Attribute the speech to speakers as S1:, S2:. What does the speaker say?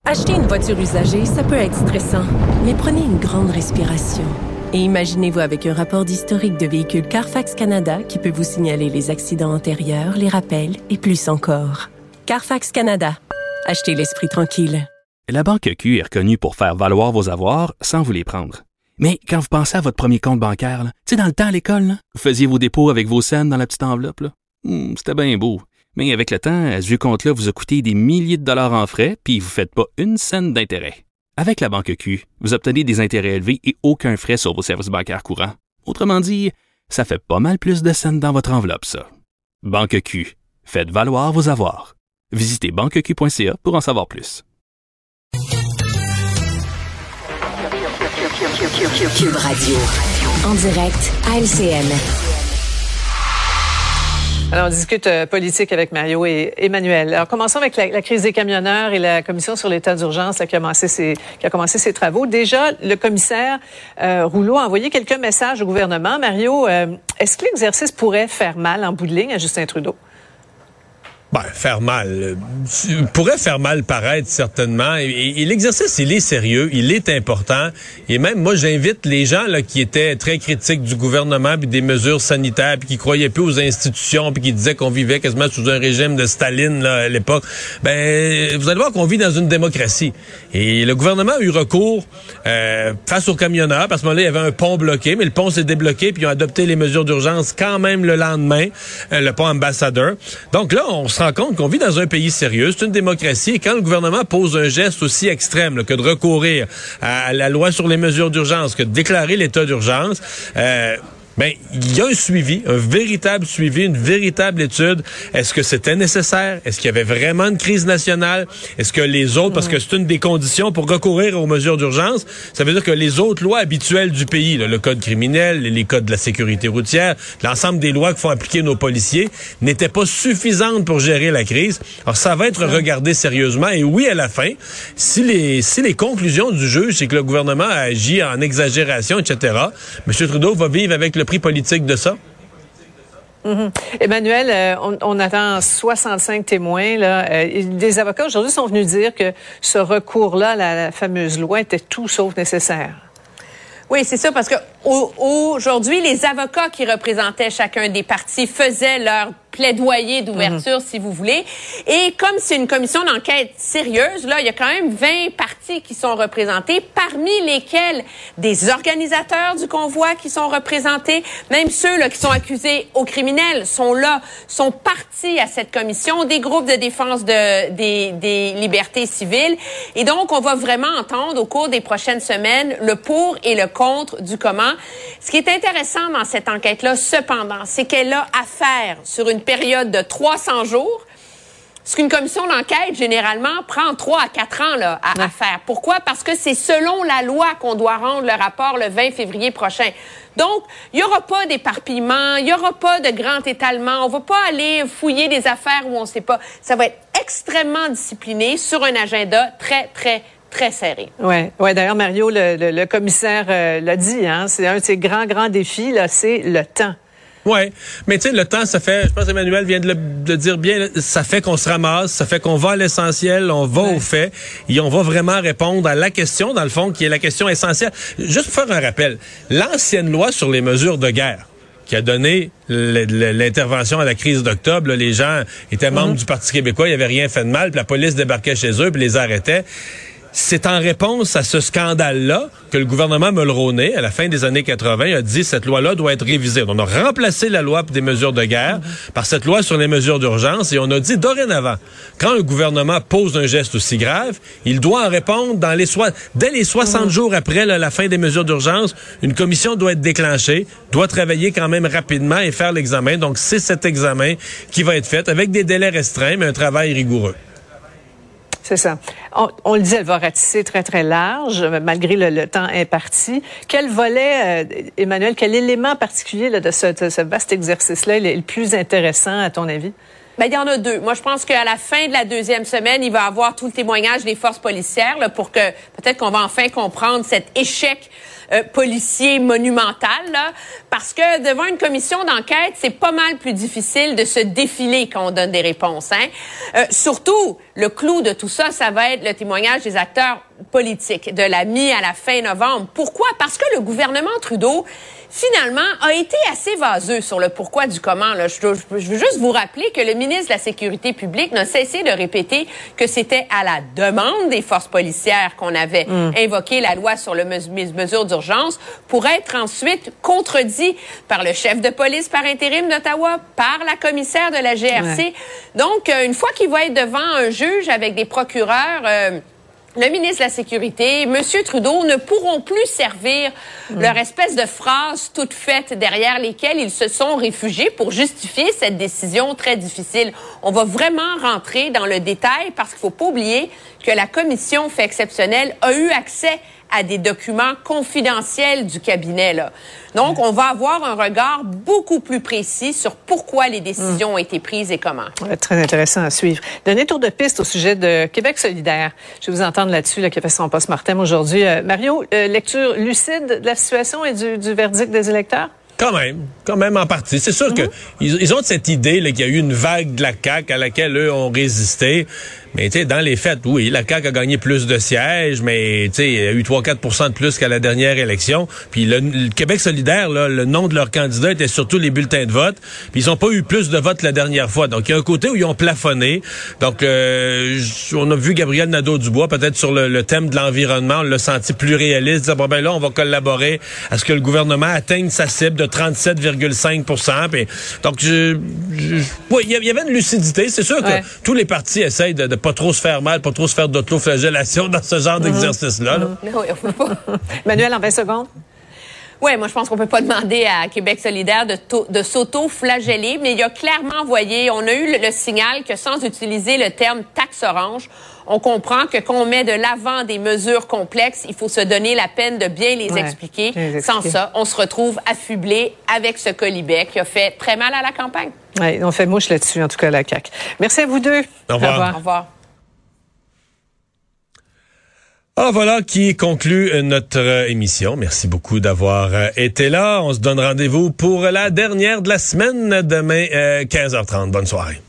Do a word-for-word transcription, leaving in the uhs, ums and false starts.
S1: Acheter une voiture usagée, ça peut être stressant, mais prenez une grande respiration. Et imaginez-vous avec un rapport d'historique de véhicule Carfax Canada qui peut vous signaler les accidents antérieurs, les rappels et plus encore. Carfax Canada. Achetez l'esprit tranquille.
S2: La Banque Q est reconnue pour faire valoir vos avoirs sans vous les prendre. Mais quand vous pensez à votre premier compte bancaire, tu sais, dans le temps à l'école, là, vous faisiez vos dépôts avec vos scènes dans la petite enveloppe. Là. Hmm, c'était bien beau. Mais avec le temps, ce vieux compte-là vous a coûté des milliers de dollars en frais, puis vous ne faites pas une scène d'intérêt. Avec la Banque Q, vous obtenez des intérêts élevés et aucun frais sur vos services bancaires courants. Autrement dit, ça fait pas mal plus de scènes dans votre enveloppe, ça. Banque Q. Faites valoir vos avoirs. Visitez banque q point c a pour en savoir plus.
S3: Cube Radio. En direct à L C N.
S4: Alors, on discute euh, politique avec Mario et Emmanuel. Alors, commençons avec la, la crise des camionneurs et la commission sur l'état d'urgence là, qui, a commencé ses, qui a commencé ses travaux. Déjà, le commissaire euh, Rouleau a envoyé quelques messages au gouvernement. Mario, euh, est-ce que l'exercice pourrait faire mal en bout de ligne à Justin Trudeau?
S5: Ben, faire mal. Pourrait faire mal paraître, certainement. Et, et, et l'exercice, il est sérieux, il est important. Et même, moi, j'invite les gens là qui étaient très critiques du gouvernement puis des mesures sanitaires puis qui croyaient plus aux institutions puis qui disaient qu'on vivait quasiment sous un régime de Staline là, à l'époque. Ben, vous allez voir qu'on vit dans une démocratie. Et le gouvernement a eu recours euh, face aux camionneurs. Parce que moment-là, il y avait un pont bloqué, mais le pont s'est débloqué puis ils ont adopté les mesures d'urgence quand même le lendemain, euh, le pont Ambassadeur. Donc là, on se rend compte qu'on vit dans un pays sérieux, c'est une démocratie, et quand le gouvernement pose un geste aussi extrême là, que de recourir à la loi sur les mesures d'urgence, que de déclarer l'état d'urgence, euh, ben, il y a un suivi, un véritable suivi, une véritable étude. Est-ce que c'était nécessaire? Est-ce qu'il y avait vraiment une crise nationale? Est-ce que les autres, parce que c'est une des conditions pour recourir aux mesures d'urgence, ça veut dire que les autres lois habituelles du pays, là, le code criminel, les codes de la sécurité routière, l'ensemble des lois que font appliquer nos policiers, n'étaient pas suffisantes pour gérer la crise. Alors, ça va être regardé sérieusement. Et oui, à la fin, si les, si les conclusions du juge, c'est que le gouvernement a agi en exagération, et cetera, M. Trudeau va vivre avec le prix politique de ça?
S4: Mm-hmm. Emmanuel, euh, on, on attend soixante-cinq témoins. Là. Euh, des avocats aujourd'hui sont venus dire que ce recours-là, la, la fameuse loi, était tout sauf nécessaire.
S6: Oui, c'est ça, parce que au, aujourd'hui, les avocats qui représentaient chacun des partis faisaient leur plaidoyer d'ouverture, mm-hmm. si vous voulez. Et comme c'est une commission d'enquête sérieuse, là, il y a quand même vingt partis qui sont représentés, parmi lesquels des organisateurs du convoi qui sont représentés, même ceux là qui sont accusés au criminel sont là, sont partis à cette commission, des groupes de défense de, des, des libertés civiles. Et donc, on va vraiment entendre au cours des prochaines semaines le pour et le contre du comment. Ce qui est intéressant dans cette enquête-là, cependant, c'est qu'elle a affaire sur une période de trois cents jours, ce qu'une commission d'enquête, généralement, prend trois à quatre ans là, à, à faire. Pourquoi? Parce que c'est selon la loi qu'on doit rendre le rapport le vingt février prochain. Donc, il n'y aura pas d'éparpillement, il n'y aura pas de grand étalement, on ne va pas aller fouiller des affaires où on ne sait pas. Ça va être extrêmement discipliné sur un agenda très, très très serré.
S4: Ouais, ouais. D'ailleurs, Mario, le, le, le commissaire euh, l'a dit, hein, c'est un de ses grands, grands défis, là, c'est le temps.
S5: Ouais, mais tu sais, le temps, ça fait, je pense qu'Emmanuel vient de le de dire bien, ça fait qu'on se ramasse, ça fait qu'on va à l'essentiel, on va ouais. au fait, et on va vraiment répondre à la question, dans le fond, qui est la question essentielle. Juste pour faire un rappel, l'ancienne loi sur les mesures de guerre, qui a donné l'intervention à la crise d'octobre, les gens étaient membres mm-hmm. du Parti québécois, il n'y avait rien fait de mal, puis la police débarquait chez eux, puis les arrêtait. C'est en réponse à ce scandale-là que le gouvernement Mulroney, à la fin des années quatre-vingt, a dit que cette loi-là doit être révisée. On a remplacé la loi pour des mesures de guerre mm-hmm. par cette loi sur les mesures d'urgence et on a dit dorénavant, quand le gouvernement pose un geste aussi grave, il doit en répondre dans les so- dès les soixante mm-hmm. jours après là, la fin des mesures d'urgence. Une commission doit être déclenchée, doit travailler quand même rapidement et faire l'examen. Donc, c'est cet examen qui va être fait avec des délais restreints, mais un travail rigoureux.
S4: C'est ça. On, on le dit, elle va ratisser très, très large, malgré le, le temps imparti. Quel volet, euh, Emmanuel, quel élément particulier là, de, ce, de ce vaste exercice-là est le plus intéressant, à ton avis?
S6: Ben, il y en a deux. Moi, je pense qu'à la fin de la deuxième semaine, il va y avoir tout le témoignage des forces policières là, pour que peut-être qu'on va enfin comprendre cet échec euh, policier monumental. Là, parce que devant une commission d'enquête, c'est pas mal plus difficile de se défiler quand on donne des réponses. Hein? Euh, surtout, le clou de tout ça, ça va être le témoignage des acteurs politiques de la mi à la fin novembre. Pourquoi? Parce que le gouvernement Trudeau, finalement, a été assez vaseux sur le pourquoi du comment. Là. Je, je, je veux juste vous rappeler que le ministre de la Sécurité publique n'a cessé de répéter que c'était à la demande des forces policières qu'on avait mmh. invoqué la loi sur les mes mesures d'urgence pour être ensuite contredit par le chef de police par intérim d'Ottawa, par la commissaire de la G R C. Ouais. Donc, une fois qu'il va être devant un juge avec des procureurs... Euh, le ministre de la Sécurité, M. Trudeau, ne pourront plus servir mmh. leur espèce de phrases toutes faites derrière lesquelles ils se sont réfugiés pour justifier cette décision très difficile. On va vraiment rentrer dans le détail parce qu'il ne faut pas oublier que la commission fait exceptionnelle a eu accès à des documents confidentiels du cabinet. Là. Donc, on va avoir un regard beaucoup plus précis sur pourquoi les décisions mmh. ont été prises et comment.
S4: Ouais, très intéressant à suivre. Dernier tour de piste au sujet de Québec solidaire. Je vais vous entendre là-dessus, là, qui a fait son post-mortem aujourd'hui. Euh, Mario, euh, lecture lucide de la situation et du, du verdict des électeurs?
S5: Quand même, quand même en partie. C'est sûr mm-hmm. qu'ils ils ont cette idée là, qu'il y a eu une vague de la C A Q à laquelle eux ont résisté. Mais tu sais, dans les faits, oui, la C A Q a gagné plus de sièges, mais tu sais, il y a eu trois à quatre pour cent de plus qu'à la dernière élection. Puis le, le Québec solidaire, là, le nom de leur candidat était surtout les bulletins de vote. Puis ils ont pas eu plus de votes la dernière fois. Donc il y a un côté où ils ont plafonné. Donc euh, on a vu Gabriel Nadeau-Dubois peut-être sur le, le thème de l'environnement, on l'a senti plus réaliste. Dire, bon ben là, on va collaborer à ce que le gouvernement atteigne sa cible de trente-sept virgule cinq pour cent. Puis, donc je, je oui, il y avait une lucidité. C'est sûr ouais. que tous les partis essayent de, de pas trop se faire mal, pas trop se faire d'autoflagellation dans ce genre mm-hmm. d'exercice-là. Là.
S6: Mm-hmm. Oui, on peut pas.
S4: Manuel, en vingt secondes.
S6: Oui, moi, je pense qu'on peut pas demander à Québec solidaire de, de s'auto-flageller, mais il a clairement envoyé, on a eu le, le signal que sans utiliser le terme taxe orange, on comprend que quand on met de l'avant des mesures complexes, il faut se donner la peine de bien les ouais, expliquer. Les sans ça, on se retrouve affublé avec ce colibet qui a fait très mal à la campagne.
S4: Oui, on fait mouche là-dessus, en tout cas, la C A Q. Merci à vous deux.
S5: Au revoir. Au revoir.
S6: Au revoir.
S5: Ah, voilà qui conclut notre émission. Merci beaucoup d'avoir été là. On se donne rendez-vous pour la dernière de la semaine demain, euh, quinze heures trente. Bonne soirée.